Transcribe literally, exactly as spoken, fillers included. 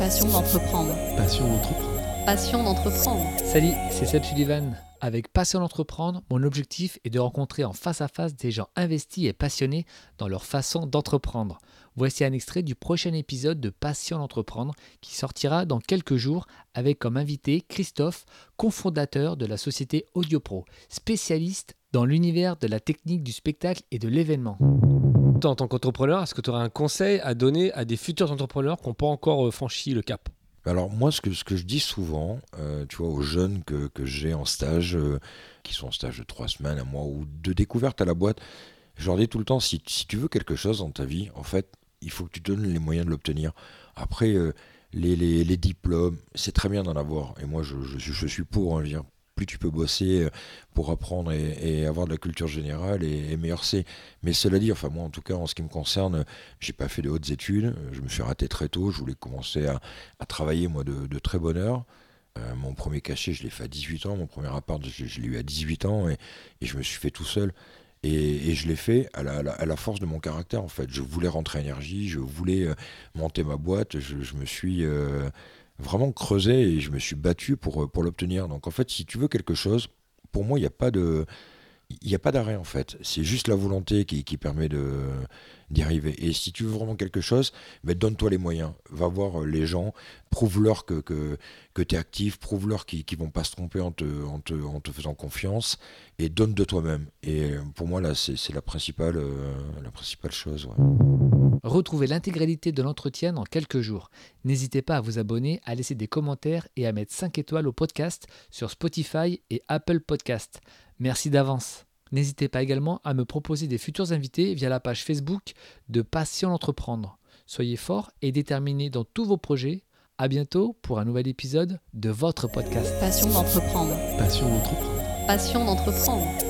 Passion d'entreprendre. Passion d'entreprendre. Passion d'entreprendre. Salut, c'est Seb Sullivan. Avec Passion d'entreprendre, mon objectif est de rencontrer en face à face des gens investis et passionnés dans leur façon d'entreprendre. Voici un extrait du prochain épisode de Passion d'entreprendre qui sortira dans quelques jours avec comme invité Christophe, cofondateur de la société AudioPro, spécialiste dans l'univers de la technique du spectacle et de l'événement. Toi, en tant qu'entrepreneur, est-ce que tu aurais un conseil à donner à des futurs entrepreneurs qui n'ont pas encore franchi le cap ? Alors moi, ce que, ce que je dis souvent, euh, tu vois, aux jeunes que, que j'ai en stage, euh, qui sont en stage de trois semaines, un mois ou de découverte à la boîte, je leur dis tout le temps, si, si tu veux quelque chose dans ta vie, en fait, il faut que tu te donnes les moyens de l'obtenir. Après, euh, les, les, les diplômes, c'est très bien d'en avoir. Et moi, je, je, je suis pour, hein, je veux dire, plus tu peux bosser pour apprendre et, et avoir de la culture générale, et, et meilleur c'est. Mais cela dit, enfin moi en tout cas en ce qui me concerne, j'ai pas fait de hautes études, je me suis raté très tôt, je voulais commencer à, à travailler moi de, de très bonne heure. Euh, mon premier cachet je l'ai fait à dix-huit ans, mon premier appart je, je l'ai eu à dix-huit ans, et, et je me suis fait tout seul. Et, et je l'ai fait à la, à, la, à la force de mon caractère en fait. Je voulais rentrer énergie, je voulais euh, monter ma boîte, je, je me suis... Euh, vraiment creusé et je me suis battu pour, pour l'obtenir. Donc en fait, si tu veux quelque chose, pour moi, il n'y a pas de... Il n'y a pas d'arrêt en fait, c'est juste la volonté qui, qui permet de, d'y arriver. Et si tu veux vraiment quelque chose, ben donne-toi les moyens, va voir les gens, prouve-leur que, que, que tu es actif, prouve-leur qu'ils ne vont pas se tromper en te, en, te, en te faisant confiance, et donne de toi-même. Et pour moi, là, c'est, c'est la, principale, euh, la principale chose. Ouais. Retrouvez l'intégralité de l'entretien dans quelques jours. N'hésitez pas à vous abonner, à laisser des commentaires et à mettre cinq étoiles au podcast sur Spotify et Apple Podcast. Merci d'avance. N'hésitez pas également à me proposer des futurs invités via la page Facebook de Passion d'entreprendre. Soyez forts et déterminés dans tous vos projets. À bientôt pour un nouvel épisode de votre podcast. Passion d'entreprendre. Passion d'entreprendre. Passion d'entreprendre.